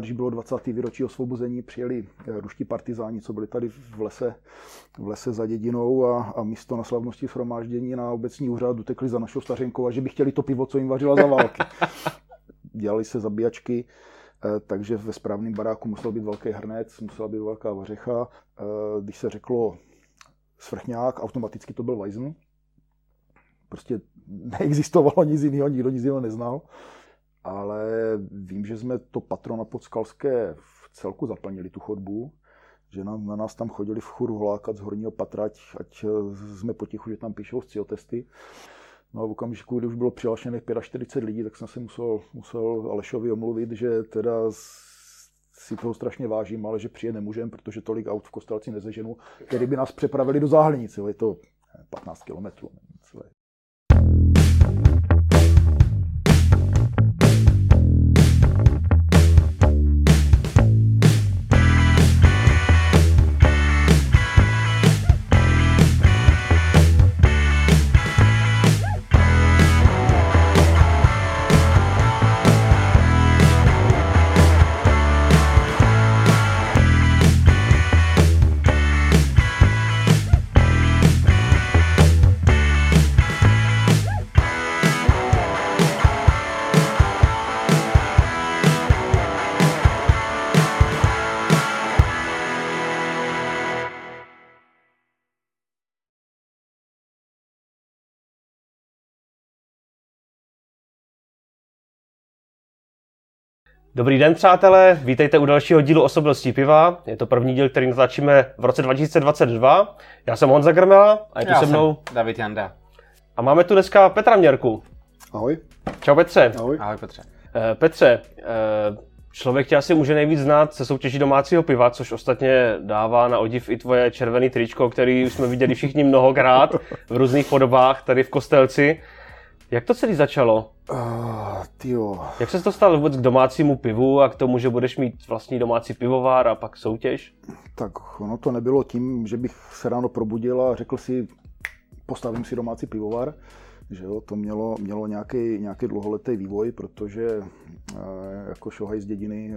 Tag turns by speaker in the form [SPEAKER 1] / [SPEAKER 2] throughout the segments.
[SPEAKER 1] když bylo 20. výročí osvobození, přijeli ruští partizáni, co byli tady v lese za dědinou a místo na slavnosti shromáždění na obecní úřad utekli za našou stařenkou a že by chtěli to pivo, co jim vařila za války. Dělali se zabíjačky, takže ve správném baráku musel být velký hrnec, musela být velká vařecha. Když se řeklo svrchňák, automaticky to byl Weizen. Prostě neexistovalo nic jiného, nikdo nic jiného neznal. Ale vím, že jsme to patro na Podskalské v celku zaplnili tu chodbu, že na nás tam chodili v chůru hlákat z horního patra, ať jsme potichu, že tam píšou sciotesty. No a v okamžiku, kdy už bylo přihlášených 45 lidí, tak jsem se musel Alešovi omluvit, že teda si toho strašně vážím, ale že přijet nemůžem, protože tolik aut v Kostelci nezeženu, který by nás přepravili do Záhlenice. Je to 15 kilometrů.
[SPEAKER 2] Dobrý den, přátelé, vítejte u dalšího dílu Osobností piva. Je to první díl, který natáčíme v roce 2022. Já jsem Honza Grmela a je tu se mnou
[SPEAKER 3] David Janda.
[SPEAKER 2] A máme tu dneska Petra Měrku.
[SPEAKER 1] Ahoj.
[SPEAKER 2] Čau Petře.
[SPEAKER 1] Ahoj.
[SPEAKER 3] Ahoj Petře.
[SPEAKER 2] Petře, člověk tě asi může nejvíc znát se soutěží domácího piva, což ostatně dává na odiv i tvoje červený tričko, který už jsme viděli všichni mnohokrát v různých podobách tady v Kostelci. Jak to celý začalo? Jak se dostal vůbec k domácímu pivu a k tomu, že budeš mít vlastní domácí pivovar a pak soutěž?
[SPEAKER 1] Tak ono to nebylo tím, že bych se ráno probudil a řekl si, postavím si domácí pivovar. Že jo, to mělo nějaký dlouholetý vývoj, protože jako šohaj z dědiny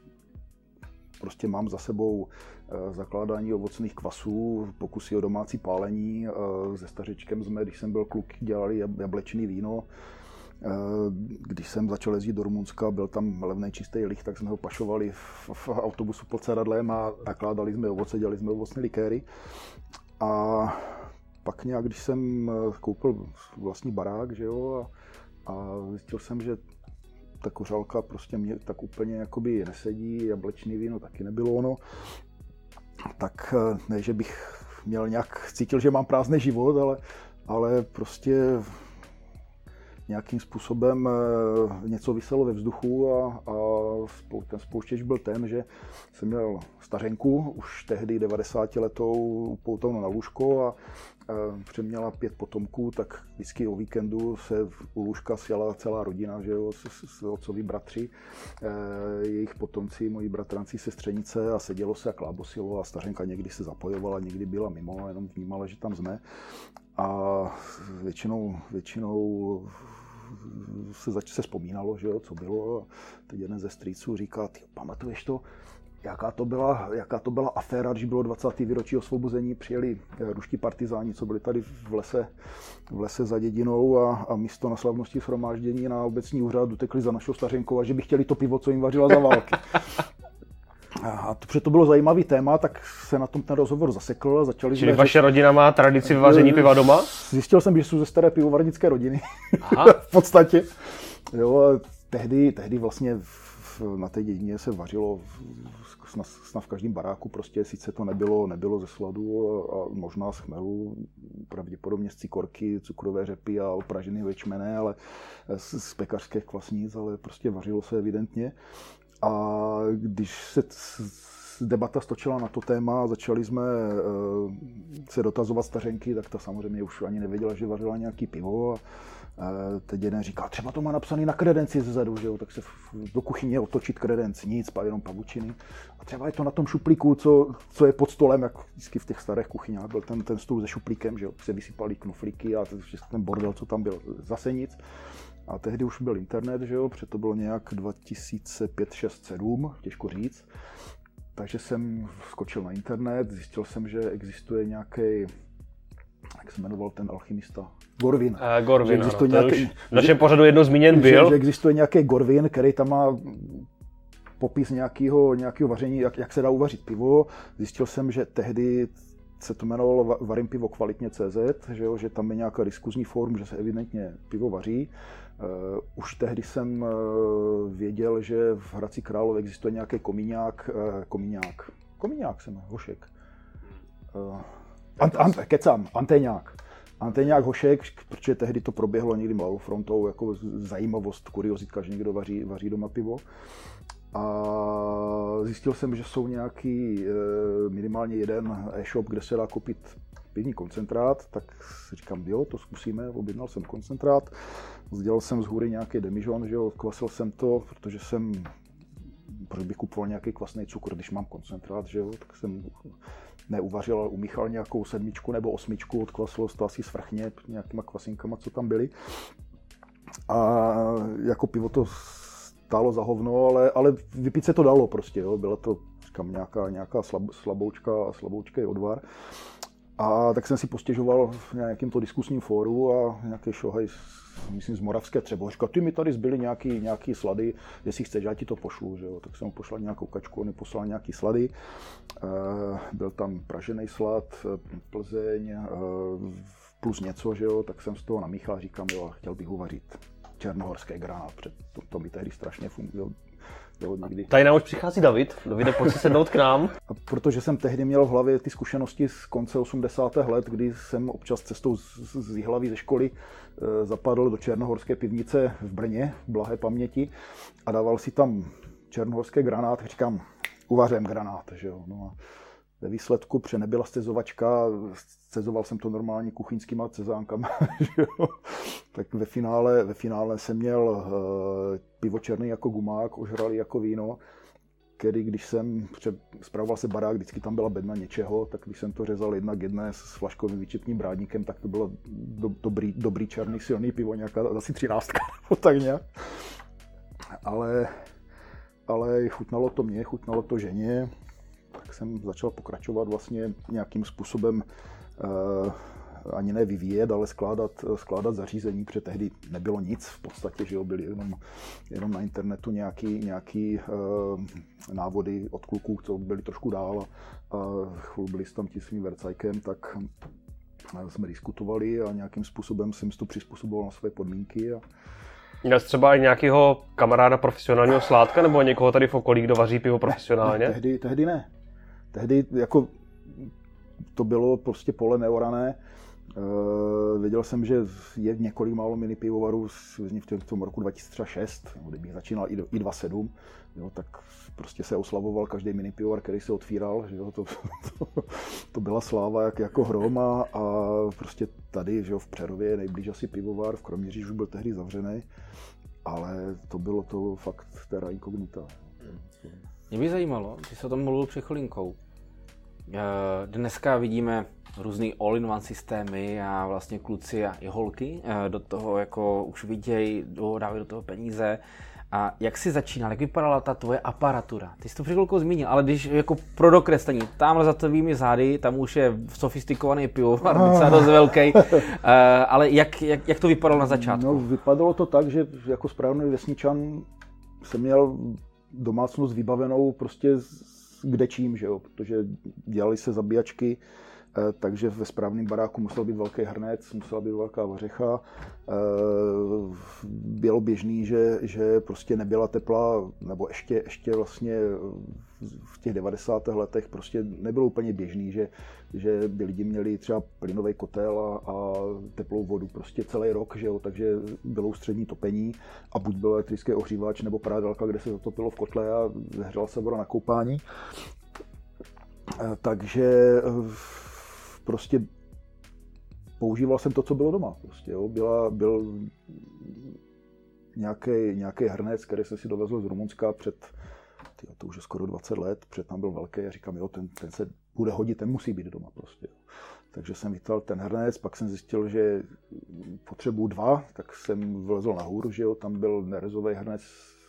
[SPEAKER 1] prostě mám za sebou zakládání ovocných kvasů, pokusy o domácí pálení. Se stařečkem jsme, když jsem byl kluk, dělali jablečný víno. Když jsem začal jezdit do Rumunska, byl tam levný čistý lich, tak jsme ho pašovali v autobusu pod sedadlem a nakládali jsme ovoce, dělali jsme ovocné likéry. A pak nějak, když jsem koupil vlastní barák, že jo, a zjistil jsem, že ta kořálka prostě mě tak úplně jakoby nesedí, jablečný víno taky nebylo ono, tak ne, že bych měl nějak cítil, že mám prázdný život, ale prostě nějakým způsobem něco viselo ve vzduchu a ten spouštěč byl ten, že jsem měl stařenku, už tehdy 90letou upoutanou na lůžko a přeměla 5 potomků, tak vždycky o víkendu se u lůžka sjela celá rodina, že jo, otcoví bratři, jejich potomci, moji bratranci, sestřenice a sedělo se a klábosilo a stařenka někdy se zapojovala, někdy byla mimo, jenom vnímala, že tam jsme. A většinou se vzpomínalo, že jo, co bylo. A teď jeden ze strýců říká, ty pamatuješ to, jaká to byla aféra, když bylo 20. výročí osvobození, přijeli ruští partizáni, co byli tady v lese za dědinou a místo na slavnosti shromáždění na obecní úřad utekli za našou stařenkou a že by chtěli to pivo, co jim vařila za války. A protože to bylo zajímavý téma, tak se na tom ten rozhovor zasekl a začali
[SPEAKER 2] Čili vaše rodina má tradici vaření piva doma?
[SPEAKER 1] Zjistil jsem, že jsou ze staré pivovarnické rodiny. v podstatě. Jo, a tehdy vlastně na té dědině se vařilo snad v každém baráku, prostě sice to nebylo ze sladu a možná z chmelu, pravděpodobně z cikorky, cukrové řepy a opražený ječmene, ale z pekařských kvasnic, ale prostě vařilo se evidentně. A když se debata stočila na to téma a začali jsme se dotazovat stařenky, tak ta samozřejmě už ani nevěděla, že vařila nějaký pivo. A teď jeden říká, třeba to má napsaný na kredenci zezadu, že jo, tak se do kuchyně otočit kredenc, nic, jenom pavučiny. A třeba je to na tom šuplíku, co je pod stolem, jak vždycky v těch starých kuchyňách byl ten stůl se šuplíkem, že jo, se vysypaly knoflíky a ten bordel, co tam byl, zase nic. A tehdy už byl internet, že jo, protože to bylo nějak 2005, 6, 7, těžko říct. Takže jsem skočil na internet, zjistil jsem, že existuje nějaký, jak se jmenoval ten alchymista? Gorvin.
[SPEAKER 2] Gorvin, ano, nějaký, v našem pořadu jedno zmíněn byl.
[SPEAKER 1] Že existuje nějaký Gorvin, který tam má popis nějakého vaření, jak se dá uvařit pivo. Zjistil jsem, že tehdy se to jmenovalo Varím pivo kvalitně CZ, že tam je nějaká diskuzní fórum, že se evidentně pivo vaří. Už tehdy jsem věděl, že v Hradci Králové existuje nějaký komíňák se jmenuje, Hošek. Antéňák Hošek, protože tehdy to proběhlo někdy Mladou frontou, jako zajímavost, kuriozitka, že někdo vaří doma pivo. A zjistil jsem, že jsou nějaký minimálně jeden e-shop, kde se dá koupit pivní koncentrát, tak si říkám, jo, to zkusíme, objednal jsem koncentrát, dělal jsem z hůry nějaký demižon, že jo, kvasil jsem to, proč bych kupoval nějaký kvasný cukr, když mám koncentrát, že jo, tak jsem neuvařil, ale umíchal nějakou 7 nebo 8, odkvasilo to asi svrchně nějakýma kvasinkama, co tam byly. A jako pivo to stálo za hovno, ale vypít se to dalo prostě, jo. Byla to, říkám, nějaká slaboučký odvar. A tak jsem si postěžoval v nějakém to diskusním fóru a nějaký šohaj, myslím z Moravské Třeboň, říkal, ty mi tady zbyly nějaký slady, jestli chceš, já ti to pošlu, že jo. Tak jsem mu poslal nějakou kačku, on mi poslal nějaký slady. Byl tam pražený slad, Plzeň, plus něco, že jo, tak jsem z toho namíchal, říkám, jo, chtěl bych uvařit černohorský granát, to mi tehdy strašně fungovalo.
[SPEAKER 2] Tady nám už přichází David. Davide, pojď si sednout k nám.
[SPEAKER 1] A protože jsem tehdy měl v hlavě ty zkušenosti z konce 80. let, kdy jsem občas cestou z Jihlavy ze školy zapadl do černohorské pivnice v Brně, v blahé paměti, a dával si tam černohorský granát, říkám, uvařím granát, že jo. No a ve výsledku, protože nebyla scezovačka, scezoval jsem to normálně kuchyňskýma cezánkama, že jo. Tak ve finále jsem měl pivo černý jako gumák, ožralý jako víno, který když jsem spravoval se barák, vždycky tam byla bedna něčeho, tak když jsem to řezal 1:1 s flaškovým výčepním brádníkem, tak to bylo dobrý černý silný pivo, nějaká asi 13 nebo tak nějak. Ale chutnalo to mě, chutnalo to ženě, tak jsem začal pokračovat vlastně nějakým způsobem, ani ne vyvíjet, ale skládat zařízení, protože tehdy nebylo nic v podstatě, že jo, byly jenom na internetu nějaký návody od kluků, co byli trošku dál a chlubili se tam tím svým vercajkem, tak jsme diskutovali a nějakým způsobem jsem si to přizpůsoboval na své podmínky.
[SPEAKER 2] Měl jsi třeba i nějakého kamaráda profesionálního sládka nebo někoho tady v okolí, kdo vaří pivo profesionálně?
[SPEAKER 1] Ne, tehdy ne. Tehdy jako to bylo prostě pole neorané. Věděl jsem, že je několik málo mini pivovarů v tom roku 2006, kdybych začínal i 27, jo, tak prostě se oslavoval každý mini pivovar, který se otvíral, že jo, to byla sláva jako hrom a prostě tady, že jo, v Přerově nejblíž asi pivovar, v Kroměříži už byl tehdy zavřený, ale to bylo to fakt terra incognita.
[SPEAKER 3] Mě by zajímalo, ty jsi o tom mluvil před chvilinkou. Dneska vidíme různý all-in-one systémy a vlastně kluci a i holky do toho jako už vidějí, dávají do toho peníze. A jak jsi začínal, jak vypadala ta tvoje aparatura? Ty jsi to před chvilkou zmínil, ale když jako pro dokreslení, tamhle za tvými zády, tam už je sofistikovaný pivovar, docela dost velký, ale jak to vypadalo na začátku?
[SPEAKER 1] No, vypadalo to tak, že jako správný vesničan jsem měl domácnost vybavenou prostě kde čím, že jo, protože dělali se zabíjačky, takže ve správném baráku musel být velký hrnec, musela být velká vařecha. Bylo běžný, že prostě nebyla teplá, nebo ještě vlastně v těch 90. letech prostě nebylo úplně běžný, že by lidi měli třeba plynový kotel a teplou vodu prostě celý rok, že jo, takže bylo ústřední topení a buď byl elektrický ohřívač nebo prádelka, kde se zatopilo v kotle a zahřela se voda na koupání. Takže prostě používal jsem to, co bylo doma. Prostě, jo. Byl nějaký hrnec, který jsem si dovezl z Rumunska to už je skoro 20 let, před tam byl velký a říkám, jo, ten se bude hodit, ten musí být doma prostě. Takže jsem vytáhl ten hrnec, pak jsem zjistil, že potřebuju 2, tak jsem vylezl nahoru, že jo, tam byl nerezový hrnec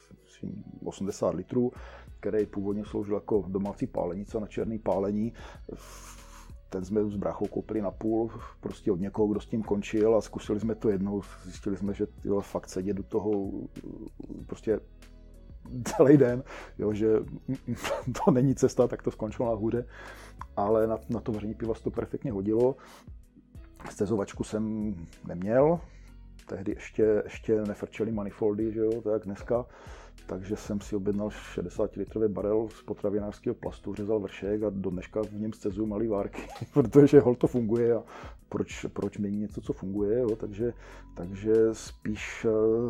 [SPEAKER 1] 80 litrů, který původně sloužil jako domácí pálenice na černý pálení. Ten jsme s bráchou koupili na půl, prostě od někoho, kdo s tím končil a zkusili jsme to jednou. Zjistili jsme, že jo, fakt sedět do toho prostě celý den, jo, že to není cesta, tak to skončilo nahoře. Ale na to vaření piva se to perfektně hodilo. Scezovačku jsem neměl, tehdy ještě nefrčely manifoldy, že jo, tak dneska. Takže jsem si objednal 60-litrový barel z potravinářského plastu, řezal vršek a do dneška v něm scezuju malý várky, protože hol to funguje a proč mění něco, co funguje, jo? Takže spíš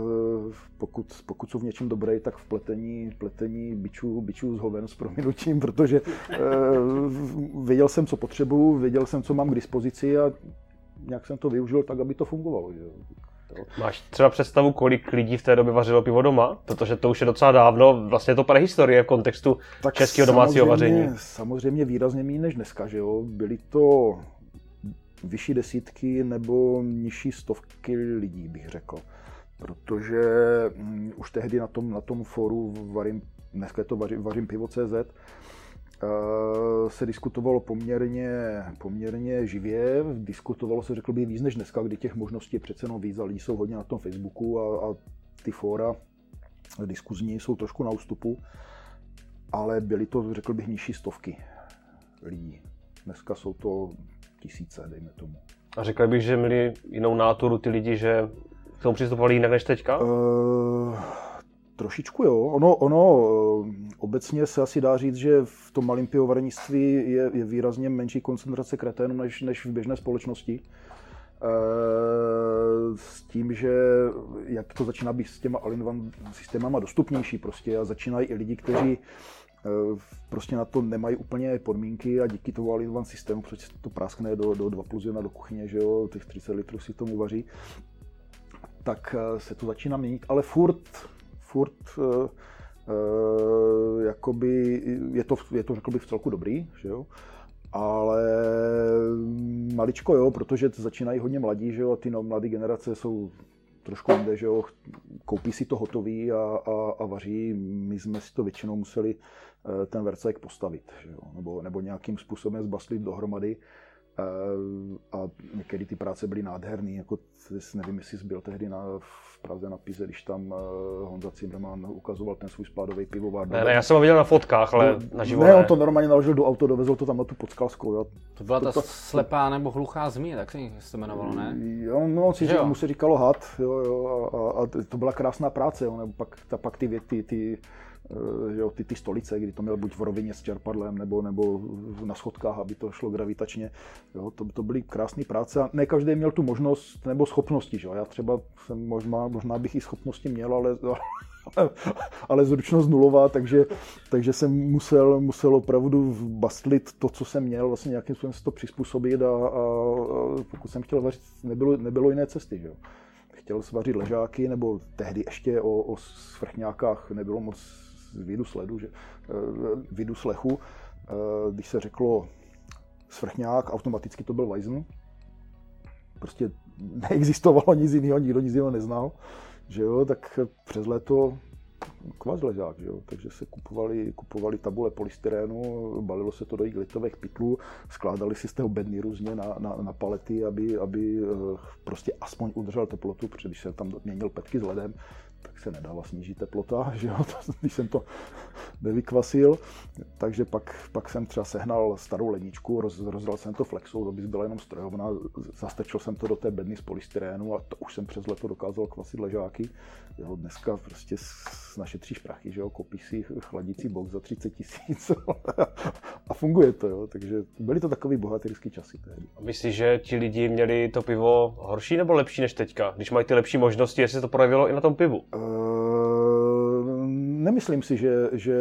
[SPEAKER 1] pokud jsou v něčem dobrý, tak v pletení bičů z hoven s prominutím, protože věděl jsem, co potřebuju, věděl jsem, co mám k dispozici a nějak jsem to využil tak, aby to fungovalo. Že jo?
[SPEAKER 2] Máš třeba představu, kolik lidí v té době vařilo pivo doma? Protože to už je docela dávno, vlastně je to prehistorie v kontextu tak českého domácího vaření.
[SPEAKER 1] Samozřejmě výrazně méně než dneska, že jo? Byly to vyšší desítky nebo nižší stovky lidí, bych řekl. Protože už tehdy na tom fóru dneska je to vařím pivo.cz, se diskutovalo poměrně živě, diskutovalo se, řekl bych, víc než dneska, kdy těch možností je přece jenom víc a lidi jsou hodně na tom Facebooku a ty fóra diskuzní jsou trošku na ústupu, ale byly to, řekl bych, nižší stovky lidí. Dneska jsou to tisíce, dejme tomu.
[SPEAKER 2] A řekl bych, že měli jinou náturu ty lidi, že k tomu přistupovali jinak než teďka?
[SPEAKER 1] Trošičku jo. Ono obecně se asi dá říct, že v tom malém pivovarnictví je výrazně menší koncentrace kreténů než v běžné společnosti. S tím, že jak to začíná být s těma all-in-one systémama dostupnější prostě a začínají i lidi, kteří prostě na to nemají úplně podmínky a díky tomu all-in-one systému prostě to práskne do 2+1 do kuchyně, že jo, těch 30 litrů si tomu vaří, tak se to začíná měnit, ale furt jakoby je to řekl bych vcelku dobrý, že jo? Ale maličko jo, protože začínají hodně mladí, že jo, a ty mladé generace jsou trošku jinde, že jo, koupí si to hotový a vaří. My jsme si to většinou museli ten vercajk postavit, že jo, nebo nějakým způsobem zbastlit dohromady. A některé ty práce byly nádherné, jako nevím, jestli jsi byl tehdy v Praze na Pize, když tam Honza Zimmermann ukazoval ten svůj spládový pivovar.
[SPEAKER 2] Ne, já jsem ho viděl na fotkách, ale naživo
[SPEAKER 1] ne. On to normálně naložil do auta, dovezl to tam na tu Podskalskou. Jo.
[SPEAKER 3] To byla ta slepá nebo hluchá zmije, tak se to jmenovalo, ne?
[SPEAKER 1] Jo, no, mu se říkalo had, jo, a to byla krásná práce, jo, nebo pak ty stolice, kdy to měl buď v rovině s čerpadlem, nebo na schodkách, aby to šlo gravitačně. Jo, to byly krásné práce a ne každý měl tu možnost nebo schopnosti. Že? Já třeba jsem možná bych i schopnosti měl, ale zručnost nulová, takže jsem musel opravdu bastlit to, co jsem měl, vlastně nějakým způsobem se to přizpůsobit a pokud jsem chtěl vařit, nebylo jiné cesty. Že? Chtěl vařit ležáky, nebo tehdy ještě o svrchňákách nebylo moc vidu slechu. Když se řeklo svrchňák, automaticky to byl Weizen. Prostě neexistovalo nic jiného, nikdo nic jiného neznal. Že jo, tak přes léto kvas ležák, že jo? Takže se kupovali tabule polystyrénu, balilo se to do igelitových pytlů, skládali si z toho bedny různě na palety, aby prostě aspoň udržel teplotu, protože když se tam měnil petky s ledem, tak se nedala snížit teplota, že jo? Když jsem to nevykvasil. Takže pak jsem třeba sehnal starou ledničku, rozdal jsem to flexou, aby byla jenom strojovna, zastrčil jsem to do té bedny z polystyrénu a to už jsem přes leto dokázal kvasit ležáky. Jo, dneska prostě našetříš prachy, že jo, koupíš si chladící box za 30 000 a funguje to, jo, takže byly to takový bohatýrský časy tehdy.
[SPEAKER 2] Myslíš, že ti lidi měli to pivo horší nebo lepší než teďka? Když mají ty lepší možnosti, jestli to projevilo i na tom pivu?
[SPEAKER 1] Nemyslím si, že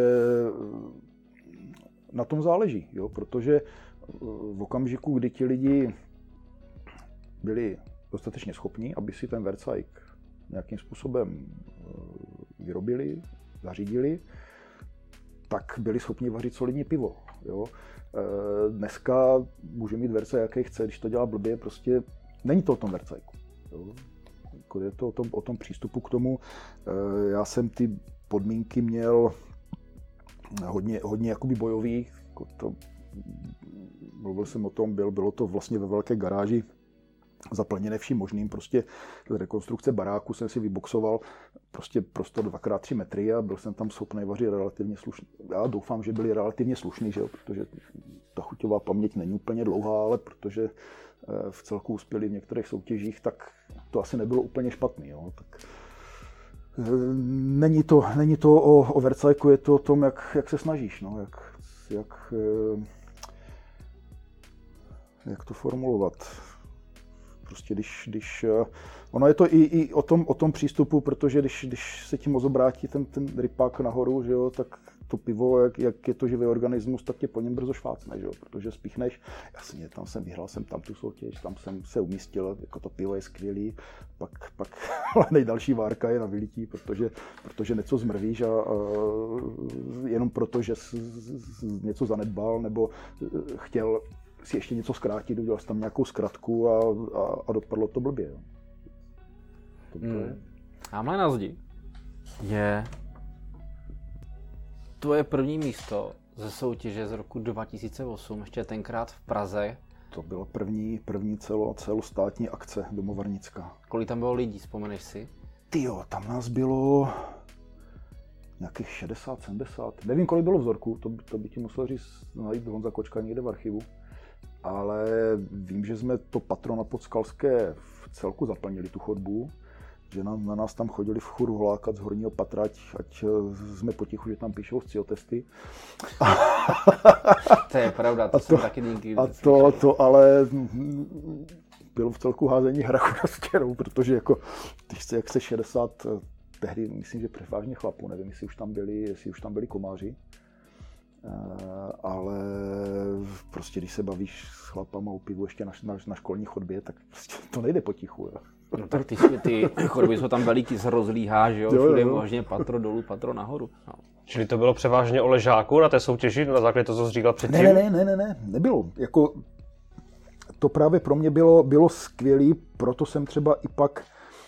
[SPEAKER 1] na tom záleží, jo, protože v okamžiku, kdy ti lidi byli dostatečně schopní, aby si ten vercajk nějakým způsobem vyrobili, zařídili, tak byli schopni vařit solidní pivo. Jo. Dneska může mít Verca, jaký chce, když to dělá blbě, prostě není to o tom Vercajku. Je to o tom přístupu k tomu. Já jsem ty podmínky měl hodně jakoby bojový. Mluvil jsem o tom, bylo to vlastně ve velké garáži, zaplněné vším možným, prostě z rekonstrukce baráku jsem si vyboxoval prostě prostor 2x3 metry a byl jsem tam schopný vařit relativně slušný. Já doufám, že byli relativně slušný, že jo, protože ta chuťová paměť není úplně dlouhá, ale protože v celku uspěli v některých soutěžích, tak to asi nebylo úplně špatný. Jo. Tak, není to o Vercajku, je to o tom, jak se snažíš, no, jak to formulovat. Prostě když ono je to i o tom přístupu, protože když se ti moc obrátí ten rypák nahoru, že jo, tak to pivo, jak je to živý organismus, tak tě po něm brzo švácne, že jo, protože spíchneš, jasně, tam jsem vyhrál jsem tam tu soutěž, tam jsem se umístil, jako to pivo je skvělý, pak nejdalší várka je na vylití, protože něco zmrvíš a jenom proto, že jsi něco zanedbal nebo chtěl si ještě něco zkrátit, udělal jsi tam nějakou zkratku a dopadlo to blbě. Jo.
[SPEAKER 3] Tamhle na zdi je tvoje první místo ze soutěže z roku 2008, ještě tenkrát v Praze.
[SPEAKER 1] To byla první celostátní akce domovarnická.
[SPEAKER 3] Kolik tam bylo lidí, vzpomeneš si?
[SPEAKER 1] Tyjo, tam nás bylo nějakých 60, 70. Nevím, kolik bylo vzorků, to by ti musel říct, najít Honza Kočka někde v archivu. Ale vím, že jsme to patro na Podskalské v celku zaplnili tu chodbu, že na nás tam chodili v chůru vlákat z horního patra, ať jsme potichu, že tam píšou sciotesty.
[SPEAKER 3] To je pravda, to jsem taky díky.
[SPEAKER 1] A to ale bylo v celku házení hrachu na stěnu, protože jako, jak se 60, tehdy myslím, že převážně chlapů, nevím, jestli už tam byli komáři. Ale prostě když se bavíš s chlapama u pivu ještě na školní chodbě, tak prostě to nejde potichu. Jo.
[SPEAKER 3] No tak ty chodby jsou tam veliký, se rozlíhá, že jo, všude je možně patro dolů, patro nahoru. No.
[SPEAKER 2] Čili to bylo převážně o ležáku na té soutěži, na základě toho, co jsi říkal předtím?
[SPEAKER 1] Ne, nebylo. Jako, to právě pro mě bylo skvělý, proto jsem třeba i pak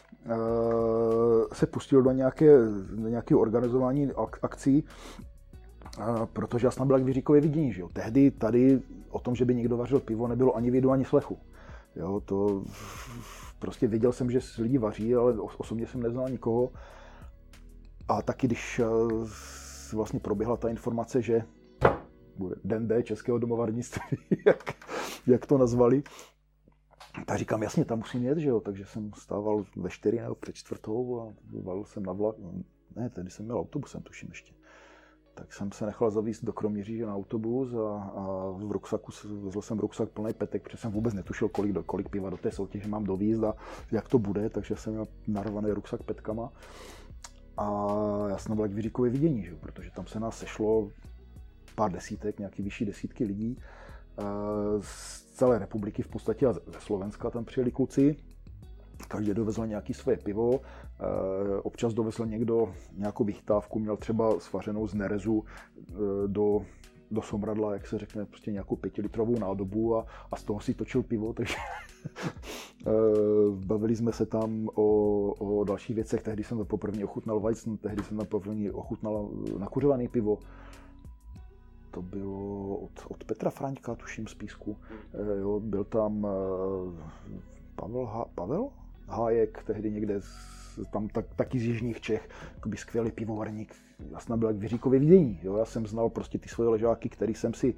[SPEAKER 1] se pustil do nějakého organizování akcí, protože já jsem byl jak Vyříkově vidění, že jo. Tehdy tady o tom, že by někdo vařil pivo, nebylo ani vidu, ani slechu. Jo, to prostě věděl jsem, že lidi vaří, ale osobně jsem neznal nikoho. A taky, když vlastně proběhla ta informace, že bude Den D českého domovarnictví, jak to nazvali, tak říkám, jasně, tam musím jet, že jo. Takže jsem stával ve 4 nebo před 4 a valil jsem na vlak. Ne, tehdy jsem měl autobusem, tuším ještě. Tak jsem se nechal zavízt do Kroměříže na autobus a v ruksaku vezl jsem ruksak plný petek, protože jsem vůbec netušil, kolik piva do té soutěže mám dovízt a jak to bude, takže jsem měl narvaný ruksak petkama. A já jsem byl jak Vyříkové vidění, že? Protože tam se nás sešlo pár desítek, nějaký vyšší desítky lidí z celé republiky v podstatě a ze Slovenska tam přijeli kluci. Každý dovezl nějaké svoje pivo, občas dovezl někdo nějakou vychytávku, měl třeba svařenou z nerezu do somradla, jak se řekne, prostě nějakou 5litrovou nádobu a z toho si točil pivo, takže bavili jsme se tam o dalších věcech. Tehdy jsem to poprvé ochutnal Weizen, tehdy jsem to poprvé ochutnal nakuřované pivo. To bylo od Petra Fraňka, tuším, z Písku. Jo, byl tam Pavel Hájek, tehdy někde tam taky z jižních Čech, jakoby skvělý pivovarník. Já jsem byl jak Vyříkově vidění. Jo? Já jsem znal prostě ty svoje ležáky, který jsem si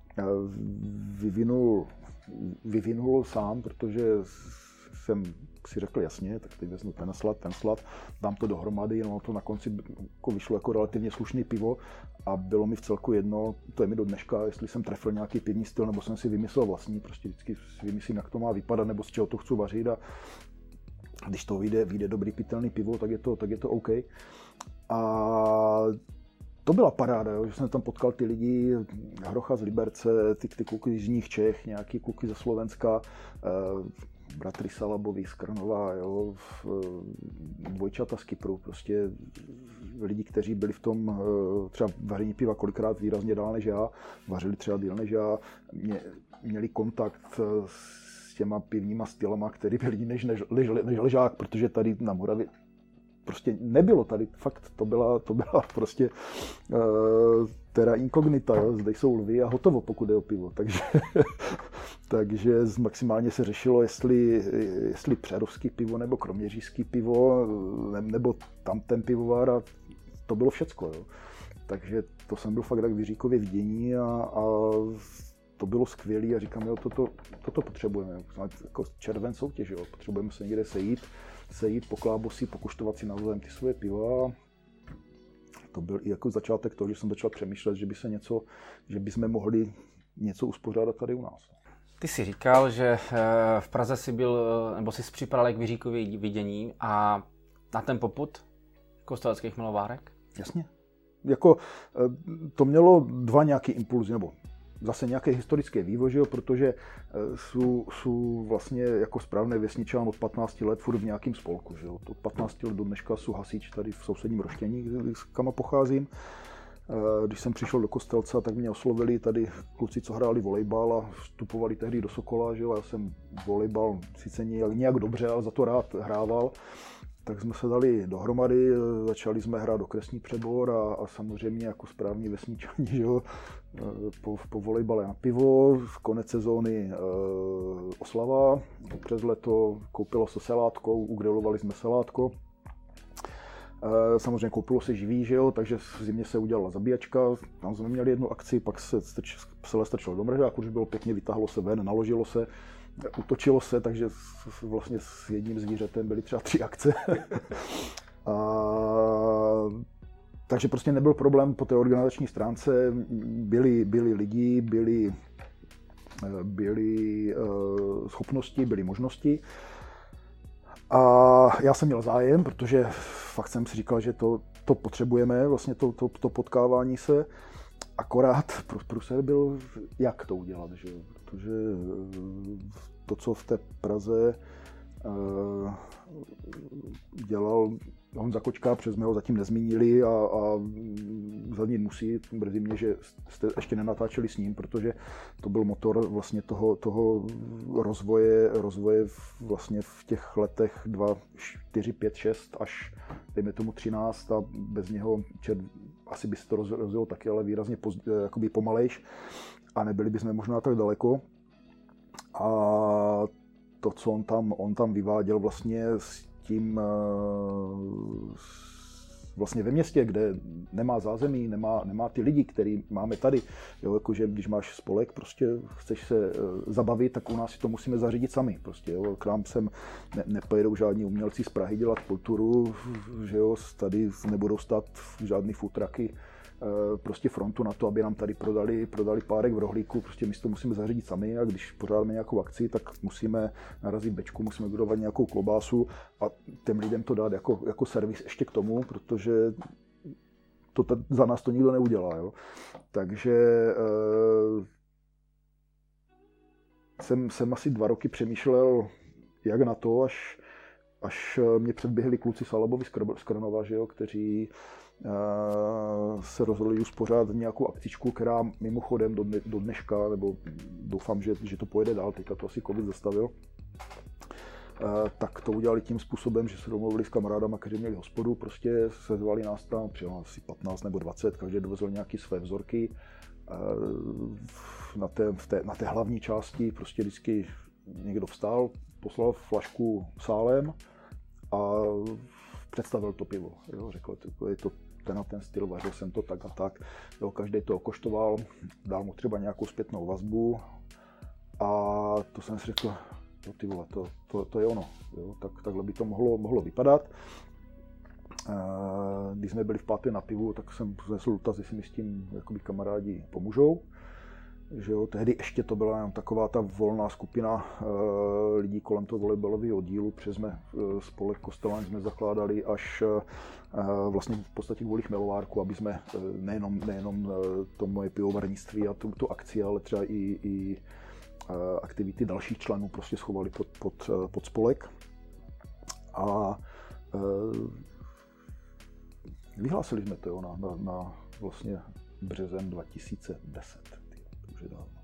[SPEAKER 1] vyvinul sám, protože jsem si řekl jasně, tak teď vezmu ten slad, dám to dohromady, jenom to na konci jako vyšlo jako relativně slušný pivo a bylo mi v celku jedno, to je mi do dneška, jestli jsem trefil nějaký pivní styl, nebo jsem si vymyslel vlastní, prostě vždycky si vymyslím, jak to má vypadat, nebo z čeho to chci vařit a když to vyjde dobrý pitelný pivo, tak je to OK. A to byla paráda, jo, že jsem tam potkal ty lidi, Hrocha z Liberce, ty kluky z jižních Čech, nějaký kluky ze Slovenska, bratry Salabovi z Krnova, jo, dvojčata z Kypru, prostě lidi, kteří byli v tom třeba vaření piva kolikrát výrazně dál než já, vařili třeba díl než já, měli kontakt s těma pivníma stylama, který byl jiný než ležák, protože tady na Moravě prostě nebylo tady, fakt to byla prostě terra incognita, jo? Zde jsou lvy a hotovo, pokud je o pivo, takže maximálně se řešilo, jestli přerovský pivo nebo kroměřížský pivo, nebo tam ten pivovar a to bylo všecko, jo? Takže to jsem byl fakt tak v Jiříkově vidění a to bylo skvělé a říkám, jo, toto potřebujeme, jako červen soutěž, jo? Potřebujeme se někde sejít, poklábost si, pokuštovat si navzájem ty svoje piva. To byl i jako začátek toho, že jsem začal přemýšlet, že bychom mohli něco uspořádat tady u nás.
[SPEAKER 3] Ty jsi říkal, že v Praze jsi byl, nebo jsi připadal k Jiříkově vidění a na ten popud Kosteleckých milovárek?
[SPEAKER 1] Jasně. Jako, to mělo dva nějaké impulzy, nebo zase nějaké historické vývoj, že jo, protože jsou vlastně jako správné vesničan od 15 let furt v nějakým spolku. Že jo. Od 15 let do dneška jsou hasiči tady v sousedním Roštění, kam pocházím. Když jsem přišel do Kostelce, tak mě oslovili tady kluci, co hráli volejbal a vstupovali tehdy do Sokola. Že jo. Já jsem volejbal sice nějak dobře, ale za to rád hrával. Tak jsme se dali dohromady, začali jsme hrát okresní přebor a samozřejmě jako správní vesničani, že jo, po volejbale na pivo, konec sezóny oslava, přes leto koupilo se selátko, ugrilovali jsme selátko. Samozřejmě koupilo se živý, že jo, takže v zimě se udělala zabíjačka, tam jsme měli jednu akci, pak se strčilo do mražáku, už bylo pěkně, vytáhlo se ven, naložilo se, utočilo se, takže vlastně s jedním zvířetem byly třeba 3 akce. Takže prostě nebyl problém po té organizační stránce, byli lidi, byly schopnosti, byly možnosti. A já jsem měl zájem, protože fakt jsem si říkal, že to potřebujeme, vlastně to potkávání se. Akorát průser byl, jak to udělat, že? Protože to, co v té Praze dělal Honza Kočka, přes mě ho zatím nezmínili a zadnit musí, mrzí mě, že jste ještě nenatáčeli s ním, protože to byl motor vlastně toho rozvoje vlastně v těch letech 2, 4, 5, 6 až dejme tomu 13 a bez něho asi by se to rozjelo taky, ale výrazně jakoby pomalejš a nebyli bychom možná tak daleko. A to, co on tam vyváděl vlastně s tím vlastně ve městě, kde nemá zázemí, nemá ty lidi, který máme tady. Jo, jakože když máš spolek, prostě chceš se zabavit, tak u nás si to musíme zařídit sami. Prostě, jo. K nám sem nepojedou žádní umělci z Prahy dělat kulturu, že jo, tady nebudou stát žádný food trucky, prostě frontu na to, aby nám tady prodali párek v rohlíku, prostě my si to musíme zařídit sami a když pořádáme nějakou akci, tak musíme narazit bečku, musíme vyrobovat nějakou klobásu a těm lidem to dát jako servis ještě k tomu, protože za nás to nikdo neudělá. Jo. Takže jsem asi 2 roky přemýšlel, jak na to, až mě předběhli kluci Salabovi z Krnova, že jo, kteří se rozhodli uspořádat nějakou akcičku, která mimochodem do dneška, nebo doufám, že to pojede dál, teďka to asi covid zastavil, tak to udělali tím způsobem, že se domluvili s kamarádama, kteří měli hospodu, prostě sezvali nás tam, přijel asi 15 nebo 20, každý dovezl nějaké své vzorky. Na té hlavní části prostě vždycky někdo vstal, poslal flašku sálem a představil to pivo. Jo, řekl, je to ten styl, vařil jsem to tak a tak. Jo, každý to okoštoval, dal mu třeba nějakou zpětnou vazbu a to jsem si řekl, no ty vole, to je ono. Jo, takhle by to mohlo vypadat. Když jsme byli v Pátě na pivu, tak jsem znesl dotaz, jestli mi s tím jakoby kamarádi pomůžou. Že jo, tehdy ještě to byla taková ta volná skupina lidí kolem toho volejbalového oddílu, protože jsme spolek Kostelán jsme zakládali až vlastně v podstatě kvůli chmelovárku, aby jsme nejenom to moje pivovarnictví a tu akci, ale třeba i aktivity dalších členů prostě schovali pod spolek. A Vyhlásili jsme to jo, na vlastně březen 2010. To už je dávno.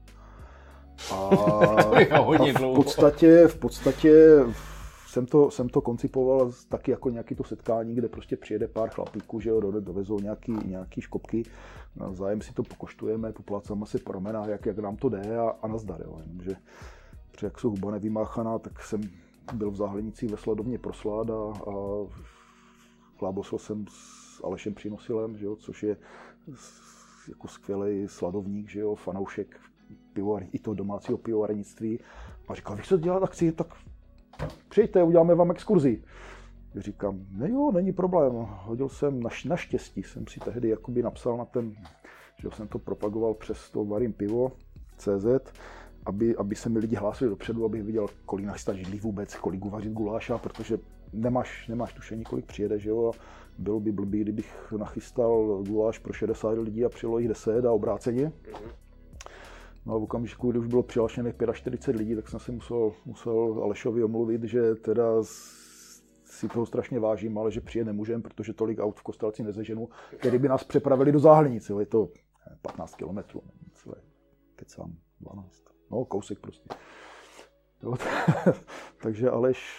[SPEAKER 1] V podstatě jsem to koncipoval taky jako nějaký to setkání, kde prostě přijede pár chlapíků, že jo, dovezou nějaký škopky, navzájem si to pokoštujeme, poplácáme si po ramenách, jak nám to jde a nazdar, jo. Jenomže jak jsou huba nevymáchaná, tak jsem byl v Záhlenici ve Sladovně Proslad a klábosil jsem s Alešem Přinosilem, že jo, což je jako skvělý sladovník, že jo, fanoušek i toho domácího pivovarnictví. A říkal, když se dělá akci, tak přijďte, uděláme vám exkurzi. Říkám, ne jo, není problém. Hodil jsem, naštěstí jsem si tehdy jakoby napsal na ten, že jsem to propagoval přes to Varím pivo CZ, aby se mi lidi hlásili dopředu, abych viděl, kolik nachystat židlí vůbec, kolik uvařit guláša, protože nemáš tušení, kolik přijede, že jo, a bylo by blbý, kdybych nachystal guláš pro 60 lidí a přijelo jich 10 a obráceně. No a v okamžiku, kdy už bylo přihlášených 45 lidí, tak jsem si musel Alešovi omluvit, že teda si toho strašně vážím, ale že přijet nemůžem, protože tolik aut v Kostelci nezeženu, který by nás přepravili do Záhlenice. Je to 15 kilometrů, kecám 12. No, kousek prostě. Jo, takže Aleš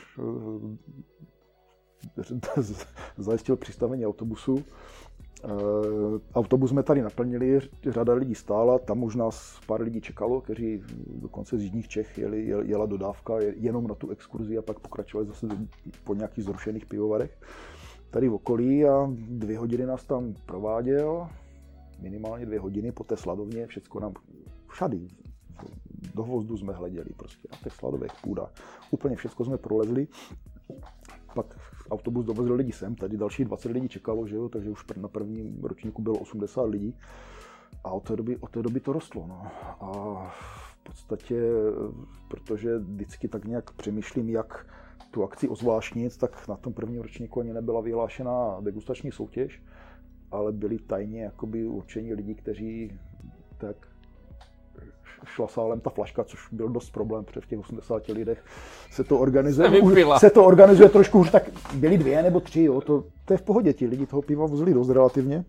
[SPEAKER 1] zajistil přistavení autobusu. Autobus jsme tady naplnili, řada lidí stála, tam už nás pár lidí čekalo, kteří dokonce z jižních Čech jela dodávka jenom na tu exkurzi a pak pokračovali zase po nějakých zrušených pivovarech tady v okolí a 2 hodiny nás tam prováděl, minimálně 2 hodiny po té Sladovně, všecko nám všady, do hvozdu jsme hleděli prostě, na těch Sladových půdách, úplně všecko jsme prolezli. Pak autobus dovezl lidi sem, tady další 20 lidí čekalo, že jo, takže už na prvním ročníku bylo 80 lidí a od té doby to rostlo. No. A v podstatě, protože vždycky tak nějak přemýšlím, jak tu akci ozvláštnit, tak na tom prvním ročníku ani nebyla vyhlášená degustační soutěž, ale byli tajně jakoby určení lidi, kteří tak šla sálem ta flaška, což byl dost problém, protože v těch 80 lidech se to organizuje trošku hůř, tak byli 2 nebo 3, jo, to je v pohodě, ti lidi toho piva vozili dost relativně.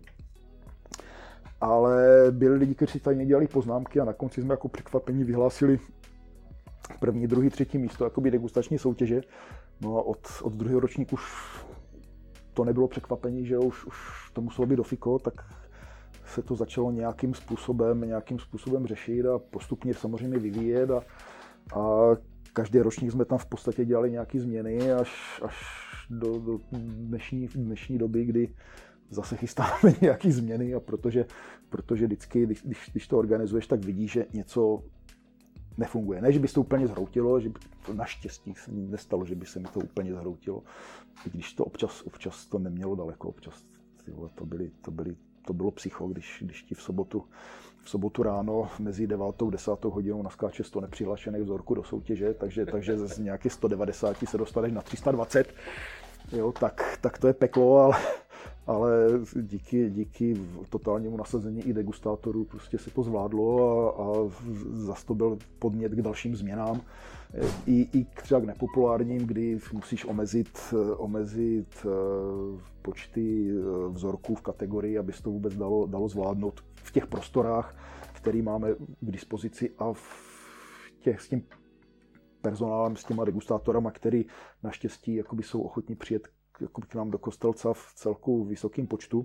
[SPEAKER 1] Ale byli lidi, kteří tady dělali poznámky a na konci jsme jako překvapení vyhlásili 1., 2., 3. místo jakoby degustační soutěže. No a od druhého ročníku už to nebylo překvapení, že už to muselo být do fiko, tak se to začalo nějakým způsobem řešit a postupně samozřejmě vyvíjet a každý ročník jsme tam v podstatě dělali nějaké změny až do dnešní doby, kdy zase chystáme nějaké změny a protože vždycky, když to organizuješ, tak vidíš, že něco nefunguje. Ne, že by se to úplně zhroutilo, že by to naštěstí se nestalo, že by se mi to úplně zhroutilo, i když to občas to nemělo daleko, občas to bylo psycho, když ti v sobotu ráno mezi 9. a 10. hodinou naskáče 100 nepřihlášených vzorků do soutěže, takže z nějakých 190 se dostaneš na 320, jo, tak to je peklo, ale díky totálnímu nasazení i degustátorů prostě se to zvládlo a zase to byl podnět k dalším změnám. I třeba k nepopulárním, kdy musíš omezit počty vzorků v kategorii, aby se to vůbec dalo zvládnout v těch prostorách, které máme k dispozici a s tím personálem, s těma degustátorama, který naštěstí jakoby jsou ochotní přijet k nám do Kostelca v celku vysokém počtu.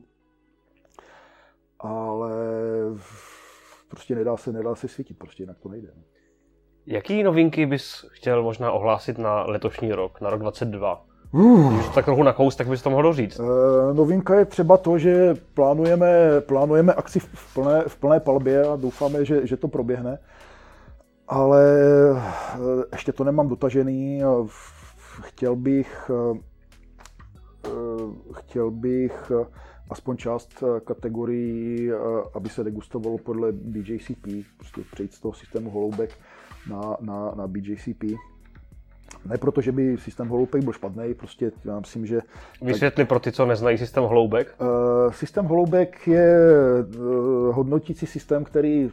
[SPEAKER 1] Ale prostě nedá se svítit, prostě jinak to nejde.
[SPEAKER 2] Jaký novinky bys chtěl možná ohlásit na letošní rok, na rok 2022? Když to tak trochu nakous, tak bys to mohl říct.
[SPEAKER 1] Novinka je třeba to, že plánujeme akci v plné palbě a doufáme, že to proběhne. Ale ještě to nemám dotažený. Chtěl bych aspoň část kategorií, aby se degustovalo podle BJCP, prostě přejít z toho systému holoubek na BJCP. Ne proto, že by systém holoubek byl špatný, prostě já myslím, že...
[SPEAKER 2] Vysvětli pro ty, co neznají systém holoubek.
[SPEAKER 1] Systém holoubek je hodnotící systém, který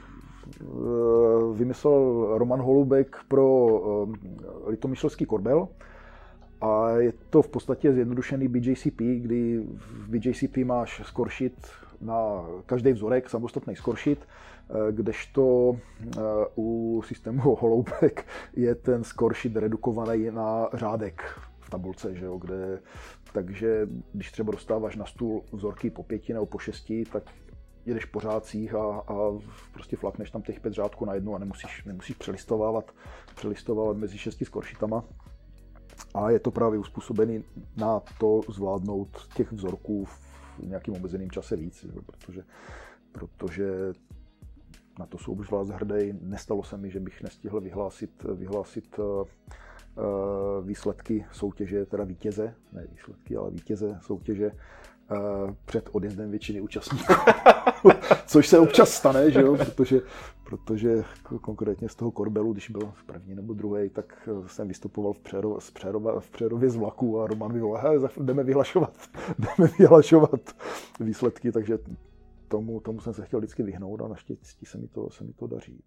[SPEAKER 1] vymyslel Roman Holoubek pro litomyšlský Korbel. A je to v podstatě zjednodušený BJCP, kdy v BJCP máš score sheet na každý vzorek, samostatný score sheet, kdežto u systému holoubek je ten score sheet redukovaný na řádek v tabulce, že jo, takže když třeba dostáváš na stůl vzorky po 5 nebo po 6, tak jedeš po řádcích a prostě flakneš tam těch 5 řádků na jednu a nemusíš přelistovávat mezi 6 score sheetama. A je to právě uspůsobený na to zvládnout těch vzorků v nějakým omezeným čase víc, protože na to jsou obzvlášť hrdý. Nestalo se mi, že bych nestihl vyhlásit výsledky soutěže, teda vítěze, ne výsledky, ale vítěze soutěže před odjezdem většiny účastníků. Což se občas stane, že jo? Protože konkrétně z toho Korbelu, když byl v první nebo druhé, tak jsem vystupoval v Přerově z vlaku a Roman mi volal, jdeme vyhlašovat výsledky, takže tomu jsem se chtěl vždycky vyhnout a naštěstí se mi to daří.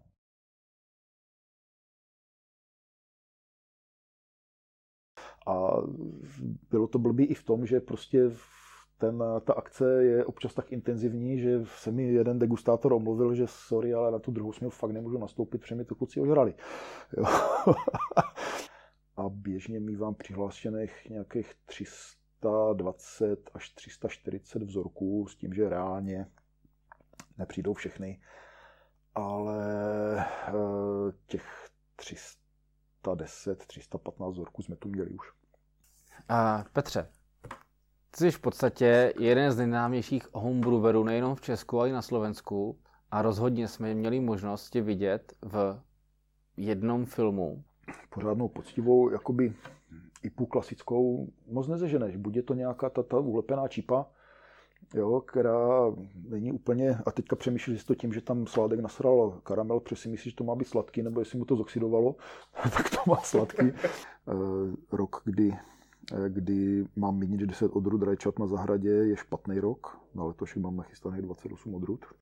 [SPEAKER 1] A bylo to blbý i v tom, že prostě ta akce je občas tak intenzivní, že se mi jeden degustátor omluvil, že sorry, ale na tu druhou směru fakt nemůžu nastoupit, protože mi to kluci ožrali. Jo. A běžně mívám přihlášených nějakých 320 až 340 vzorků s tím, že reálně nepřijdou všechny, ale těch 310, 315 vzorků jsme tu měli už.
[SPEAKER 3] Petře, ty jsi v podstatě jeden z nejznámějších homebrewerů nejenom v Česku, ale i na Slovensku a rozhodně jsme měli možnost tě vidět v jednom filmu.
[SPEAKER 1] Pořádnou poctivou, jakoby IPU klasickou moc nezeženeš. Buď je to nějaká ta ulepená čípa, jo, která není úplně, a teďka přemýšlíš to tím, že tam Sládek nasral karamel, protože si myslíš, že to má být sladký, nebo jestli mu to zoxidovalo, tak to má sladký. Rok, kdy mám méně než 10 odrůd rajčat na zahradě, je špatný rok. Na letošek mám nachystaných 28 odrůd.